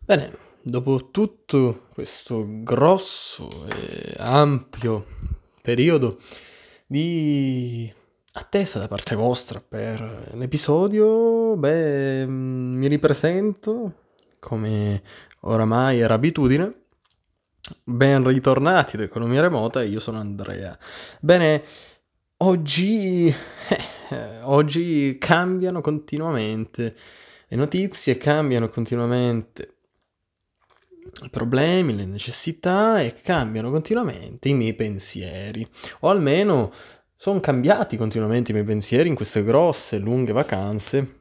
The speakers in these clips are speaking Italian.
Bene, dopo tutto questo grosso e ampio periodo di attesa da parte vostra per l'episodio, mi ripresento, come oramai era abitudine. Ben ritornati da Economia Remota, io sono Andrea. Bene, oggi oggi cambiano continuamente, le notizie cambiano continuamente, i problemi, le necessità e cambiano continuamente i miei pensieri, o almeno son cambiati continuamente i miei pensieri in queste grosse, lunghe vacanze,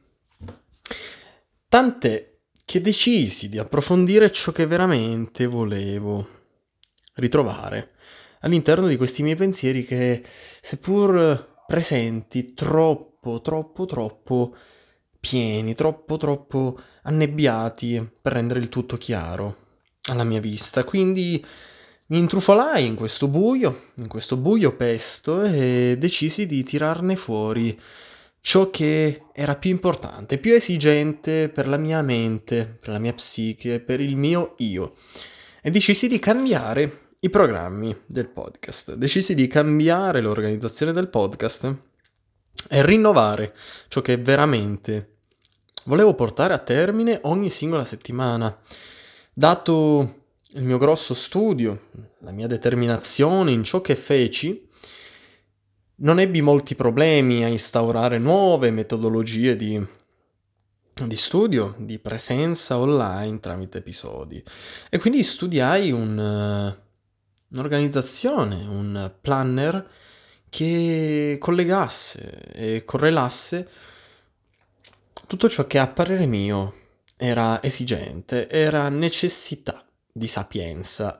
tant'è che decisi di approfondire ciò che veramente volevo ritrovare all'interno di questi miei pensieri che, seppur presenti, troppo pieni, troppo annebbiati per rendere il tutto chiaro alla mia vista. Quindi mi intrufolai in questo buio pesto, e decisi di tirarne fuori ciò che era più importante, più esigente per la mia mente, per la mia psiche, per il mio io. E decisi di cambiare i programmi del podcast, decisi di cambiare l'organizzazione del podcast e rinnovare ciò che veramente volevo portare a termine ogni singola settimana. Dato il mio grosso studio, la mia determinazione in ciò che feci, non ebbi molti problemi a instaurare nuove metodologie di studio, di presenza online tramite episodi. E quindi studiai un'organizzazione, un planner che collegasse e correlasse tutto ciò che a parere mio era esigente, era necessità di sapienza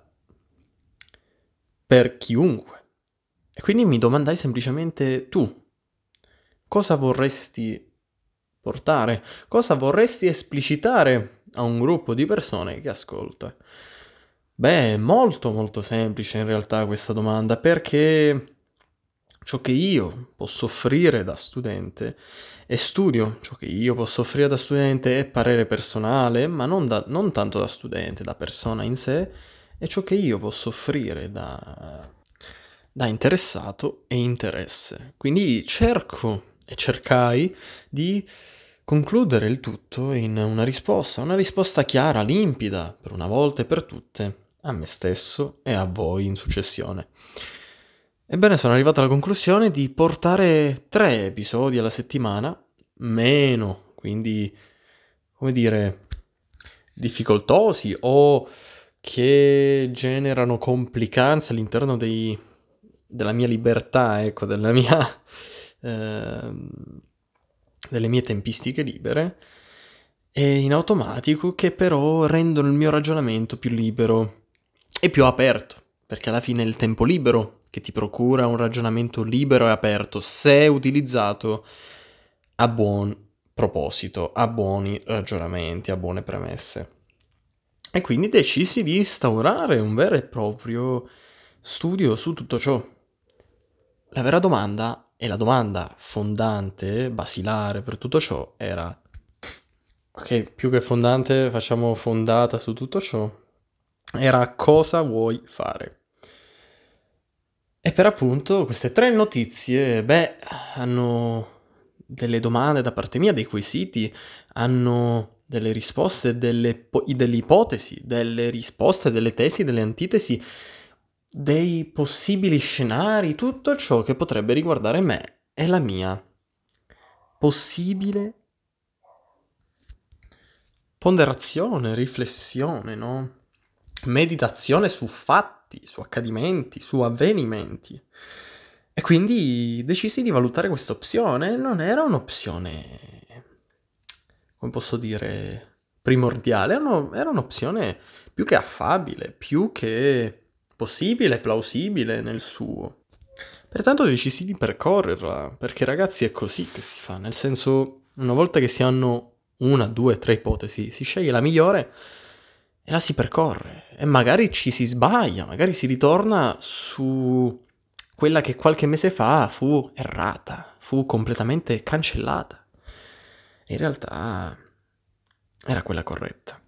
per chiunque. E quindi mi domandai semplicemente: tu cosa vorresti portare? Cosa vorresti esplicitare a un gruppo di persone che ascolta? È molto semplice in realtà questa domanda, perché ciò che io posso offrire da studente e studio, ciò che io posso offrire da studente è parere personale, ma non tanto da studente, da persona in sé, è ciò che io posso offrire da interessato e interesse. Quindi cerco e cercai di concludere il tutto in una risposta chiara, limpida, per una volta e per tutte, a me stesso e a voi in successione. Ebbene, sono arrivato alla conclusione di portare 3 episodi alla settimana, meno, quindi, come dire, difficoltosi o che generano complicanze all'interno della mia libertà, ecco, ehm, delle mie tempistiche libere, e in automatico, che però rendono il mio ragionamento più libero e più aperto, perché alla fine è il tempo libero che ti procura un ragionamento libero e aperto, se utilizzato a buon proposito, a buoni ragionamenti, a buone premesse. E quindi decisi di instaurare un vero e proprio studio su tutto ciò. La vera domanda, e la domanda fondante, basilare per tutto ciò, era: ok, più che fondante facciamo fondata su tutto ciò, era: cosa vuoi fare? E per appunto queste 3 notizie, hanno delle domande da parte mia, dei quesiti, hanno delle risposte, delle ipotesi, delle risposte, delle tesi, delle antitesi, dei possibili scenari, tutto ciò che potrebbe riguardare me e la mia possibile ponderazione, riflessione, no? Meditazione su fatti, su accadimenti, su avvenimenti. E quindi decisi di valutare questa opzione. Non era un'opzione, come posso dire, primordiale, era un'opzione più che affabile, più che possibile, plausibile nel suo. Pertanto decisi di percorrerla, perché ragazzi è così che si fa, nel senso, una volta che si hanno 1, 2, 3 ipotesi, si sceglie la migliore e la si percorre, e magari ci si sbaglia, magari si ritorna su quella che qualche mese fa fu errata, fu completamente cancellata. In realtà era quella corretta.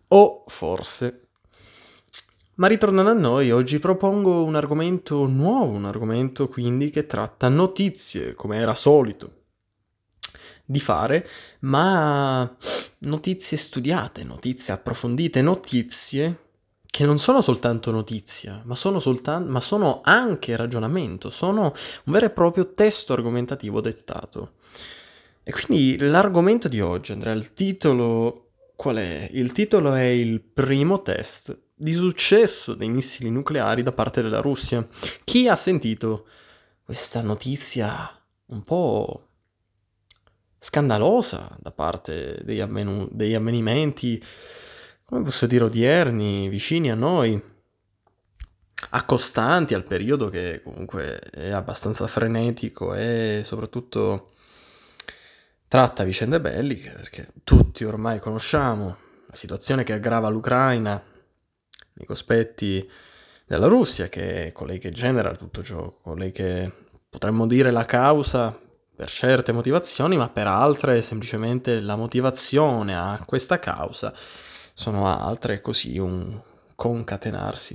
O forse. Ma ritornando a noi, oggi propongo un argomento nuovo, un argomento quindi che tratta notizie, come era solito di fare, ma notizie studiate, notizie approfondite, notizie che non sono soltanto notizia, ma sono anche ragionamento, sono un vero e proprio testo argomentativo dettato. E quindi l'argomento di oggi, Andrea, il titolo qual è? Il titolo è il primo test di successo dei missili nucleari da parte della Russia. Chi ha sentito questa notizia un po' scandalosa da parte degli avvenimenti, come posso dire, odierni, vicini a noi, accostanti al periodo che comunque è abbastanza frenetico e soprattutto tratta vicende belliche, perché tutti ormai conosciamo la situazione che aggrava l'Ucraina nei cospetti della Russia, che è colei che genera tutto ciò, colei che potremmo dire la causa per certe motivazioni, ma per altre semplicemente la motivazione a questa causa sono altre, così un concatenarsi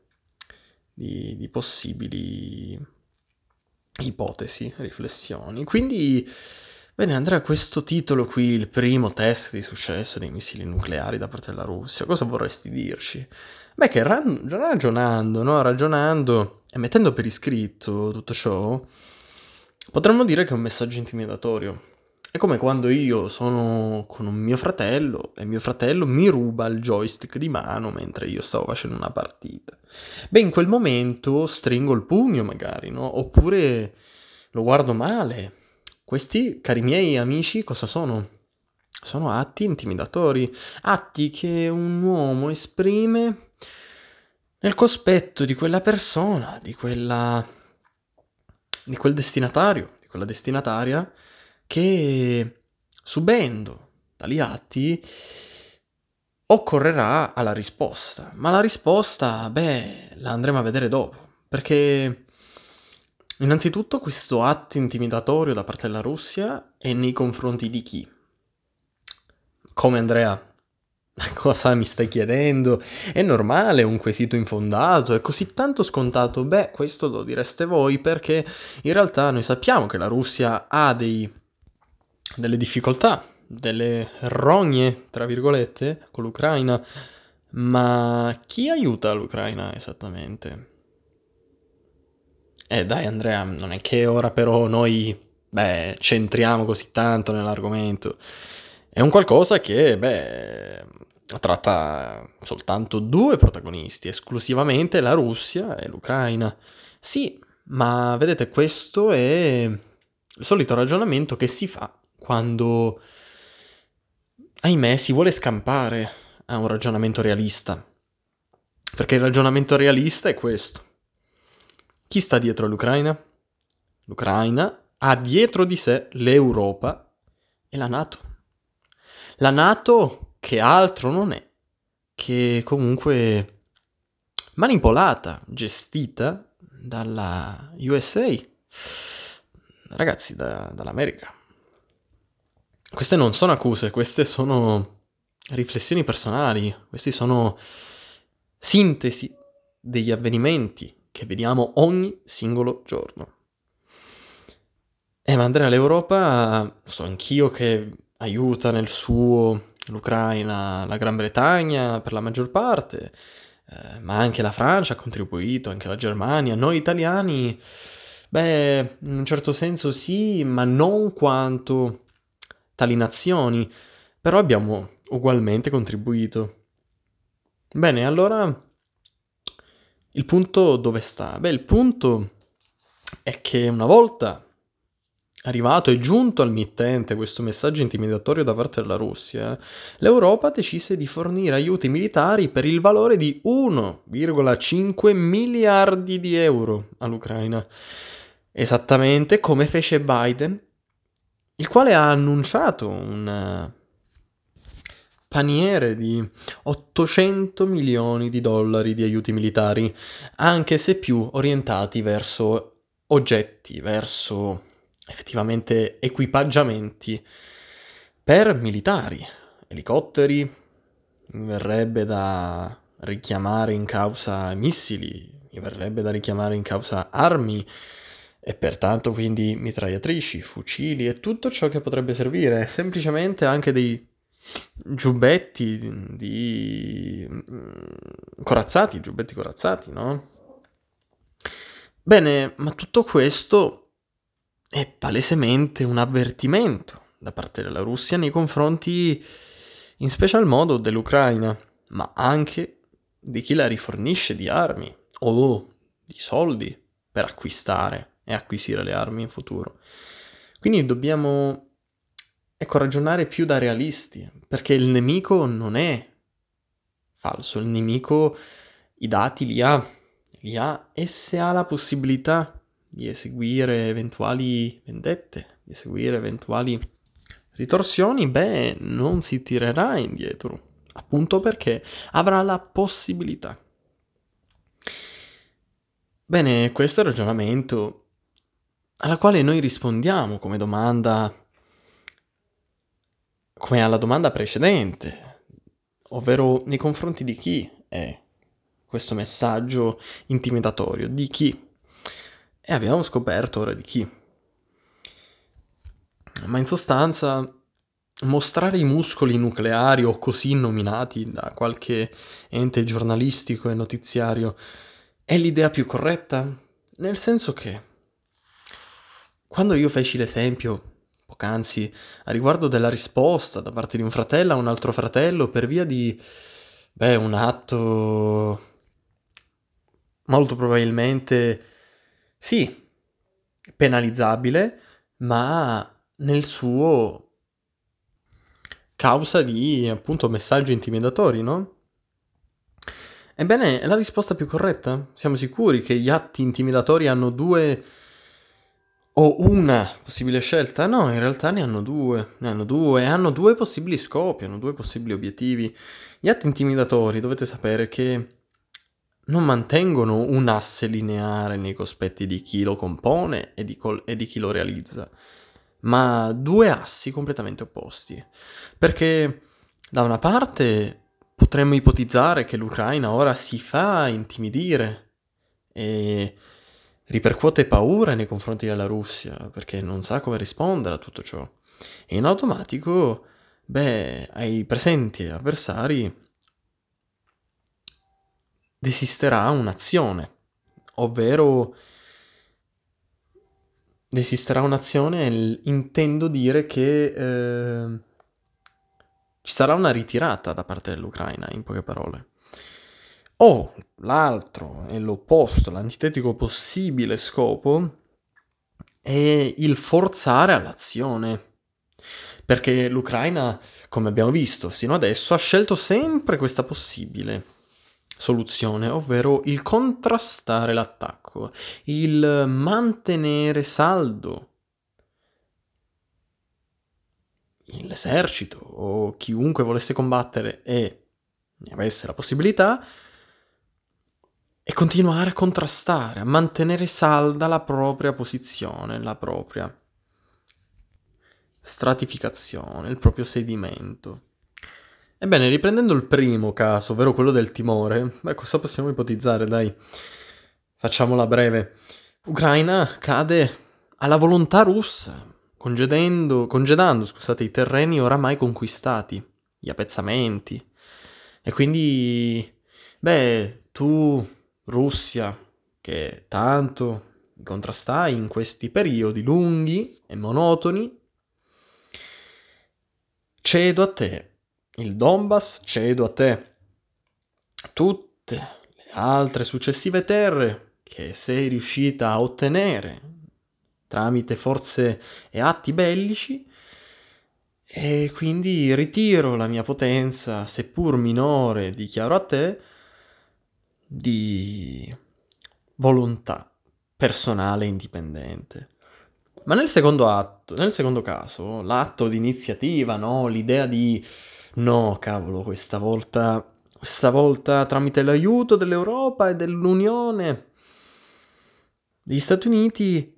di possibili ipotesi, riflessioni. Quindi, bene, Andrea, questo titolo qui, il primo test di successo dei missili nucleari da parte della Russia, cosa vorresti dirci? Beh, che ragionando, no? Ragionando e mettendo per iscritto tutto ciò, potremmo dire che è un messaggio intimidatorio. È come quando io sono con un mio fratello e mio fratello mi ruba il joystick di mano mentre io stavo facendo una partita. Beh, in quel momento stringo il pugno magari, no? Oppure lo guardo male. Questi, cari miei amici, cosa sono? Sono atti intimidatori, atti che un uomo esprime nel cospetto di quella persona, di quel destinatario, di quella destinataria che subendo tali atti occorrerà alla risposta. Ma la risposta, beh, la andremo a vedere dopo, perché innanzitutto questo atto intimidatorio da parte della Russia è nei confronti di chi? Come, Andrea? Cosa mi stai chiedendo? È normale, è un quesito infondato, è così tanto scontato? Beh, questo lo direste voi, perché in realtà noi sappiamo che la Russia ha delle difficoltà, delle rogne, tra virgolette, con l'Ucraina, ma chi aiuta l'Ucraina esattamente? Dai, Andrea, non è che ora però noi, beh, centriamo così tanto nell'argomento. È un qualcosa che, beh, tratta soltanto due protagonisti, esclusivamente la Russia e l'Ucraina. Sì, ma vedete, questo è il solito ragionamento che si fa quando, ahimè, si vuole scampare a un ragionamento realista. Perché il ragionamento realista è questo. Chi sta dietro all'Ucraina? L'Ucraina ha dietro di sé l'Europa e la NATO. La NATO che altro non è che comunque manipolata, gestita dalla USA. Ragazzi, dall'America. Queste non sono accuse, queste sono riflessioni personali, queste sono sintesi degli avvenimenti che vediamo ogni singolo giorno. Ma Andrea, l'Europa, so anch'io che aiuta nel suo l'Ucraina, la Gran Bretagna per la maggior parte, ma anche la Francia ha contribuito, anche la Germania. Noi italiani, beh, in un certo senso sì, ma non quanto tali nazioni, però abbiamo ugualmente contribuito. Bene, allora il punto dove sta? Beh, il punto è che una volta arrivato e giunto al mittente questo messaggio intimidatorio da parte della Russia, l'Europa decise di fornire aiuti militari per il valore di 1,5 miliardi di euro all'Ucraina. Esattamente come fece Biden, il quale ha annunciato un paniere di 800 milioni di dollari di aiuti militari, anche se più orientati verso oggetti, verso effettivamente equipaggiamenti per militari, elicotteri, verrebbe da richiamare in causa missili, mi verrebbe da richiamare in causa armi e pertanto quindi mitragliatrici, fucili e tutto ciò che potrebbe servire, semplicemente anche dei giubbetti corazzati, no? Bene, ma tutto questo è palesemente un avvertimento da parte della Russia nei confronti, in special modo, dell'Ucraina, ma anche di chi la rifornisce di armi o di soldi per acquistare e acquisire le armi in futuro. Quindi dobbiamo, ecco, ragionare più da realisti, perché il nemico non è falso, il nemico i dati li ha e se ha la possibilità di eseguire eventuali vendette, di eseguire eventuali ritorsioni, beh, non si tirerà indietro, appunto perché avrà la possibilità. Bene, questo è il ragionamento alla quale noi rispondiamo come alla domanda precedente, ovvero nei confronti di chi è questo messaggio intimidatorio, di chi? E abbiamo scoperto ora di chi. Ma in sostanza, mostrare i muscoli nucleari o così nominati da qualche ente giornalistico e notiziario è l'idea più corretta? Nel senso che, quando io feci l'esempio, poc'anzi, a riguardo della risposta da parte di un fratello a un altro fratello per via di, un atto molto probabilmente, sì, penalizzabile, ma nel suo causa di, appunto, messaggi intimidatori, no? Ebbene, è la risposta più corretta? Siamo sicuri che gli atti intimidatori hanno due o una possibile scelta? No, in realtà ne hanno due, hanno due possibili scopi, hanno due possibili obiettivi. Gli atti intimidatori, dovete sapere che non mantengono un asse lineare nei cospetti di chi lo compone e di chi lo realizza, ma due assi completamente opposti. Perché da una parte potremmo ipotizzare che l'Ucraina ora si fa intimidire e ripercuote paura nei confronti della Russia, perché non sa come rispondere a tutto ciò. E in automatico, ai presenti avversari desisterà un'azione, ovvero intendo dire che ci sarà una ritirata da parte dell'Ucraina, in poche parole. O l'altro è l'opposto, l'antitetico possibile scopo è il forzare all'azione. Perché l'Ucraina, come abbiamo visto sino adesso, ha scelto sempre questa possibile soluzione, ovvero il contrastare l'attacco, il mantenere saldo l'esercito o chiunque volesse combattere e ne avesse la possibilità e continuare a contrastare, a mantenere salda la propria posizione, la propria stratificazione, il proprio sedimento. Ebbene, riprendendo il primo caso, ovvero quello del timore, cosa possiamo ipotizzare, dai, facciamola breve. Ucraina cade alla volontà russa, congedando, i terreni oramai conquistati, gli appezzamenti. E quindi, tu, Russia, che tanto contrastai in questi periodi lunghi e monotoni, cedo a te il Donbass, cedo a te tutte le altre successive terre che sei riuscita a ottenere tramite forze e atti bellici, e quindi ritiro la mia potenza, seppur minore, dichiaro a te, di volontà personale e indipendente. Ma nel secondo caso, l'atto di iniziativa, no? L'idea di no, cavolo, questa volta tramite l'aiuto dell'Europa e dell'Unione degli Stati Uniti,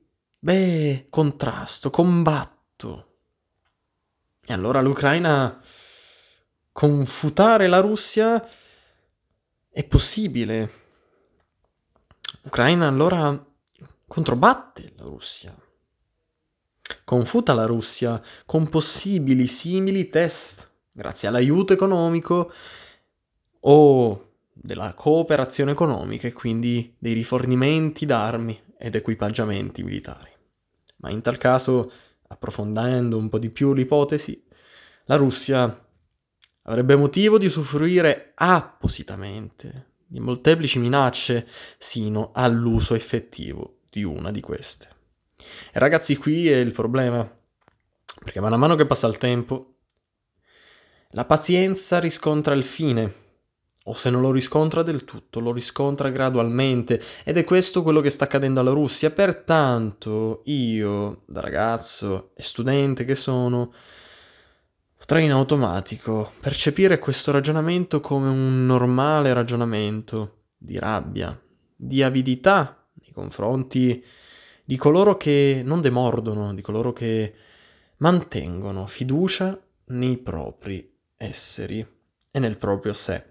contrasto, combatto. E allora l'Ucraina confutare la Russia è possibile. L'Ucraina allora controbatte la Russia, confuta la Russia con possibili simili test, grazie all'aiuto economico o della cooperazione economica e quindi dei rifornimenti d'armi ed equipaggiamenti militari. Ma in tal caso, approfondendo un po' di più l'ipotesi, la Russia avrebbe motivo di usufruire appositamente di molteplici minacce sino all'uso effettivo di una di queste. E ragazzi, qui è il problema, perché man mano che passa il tempo, la pazienza riscontra il fine, o se non lo riscontra del tutto, lo riscontra gradualmente, ed è questo quello che sta accadendo alla Russia. Pertanto io, da ragazzo e studente che sono, potrei in automatico percepire questo ragionamento come un normale ragionamento di rabbia, di avidità nei confronti di coloro che non demordono, di coloro che mantengono fiducia nei propri esseri e nel proprio sé.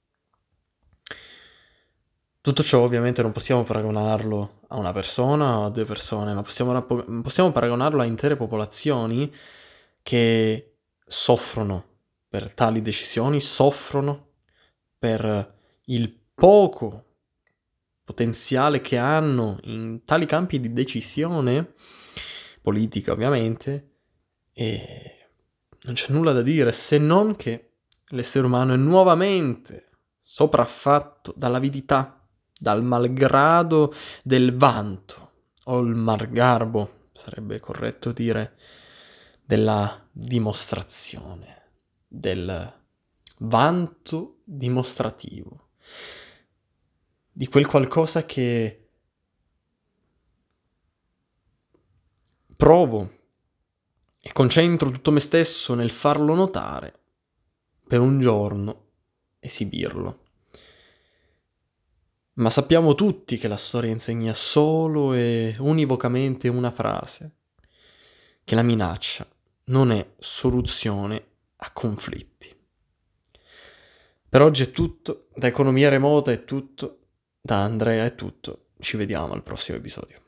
Tutto ciò ovviamente non possiamo paragonarlo a una persona o a 2 persone, ma possiamo paragonarlo a intere popolazioni che soffrono per tali decisioni, soffrono per il poco potenziale che hanno in tali campi di decisione, politica ovviamente, e non c'è nulla da dire se non che l'essere umano è nuovamente sopraffatto dall'avidità, dal malgrado del vanto, o il malgarbo, sarebbe corretto dire, della dimostrazione, del vanto dimostrativo, di quel qualcosa che provo e concentro tutto me stesso nel farlo notare per un giorno esibirlo. Ma sappiamo tutti che la storia insegna solo e univocamente una frase, che la minaccia non è soluzione a conflitti. Per oggi è tutto, da Economia Remota è tutto, da Andrea è tutto, ci vediamo al prossimo episodio.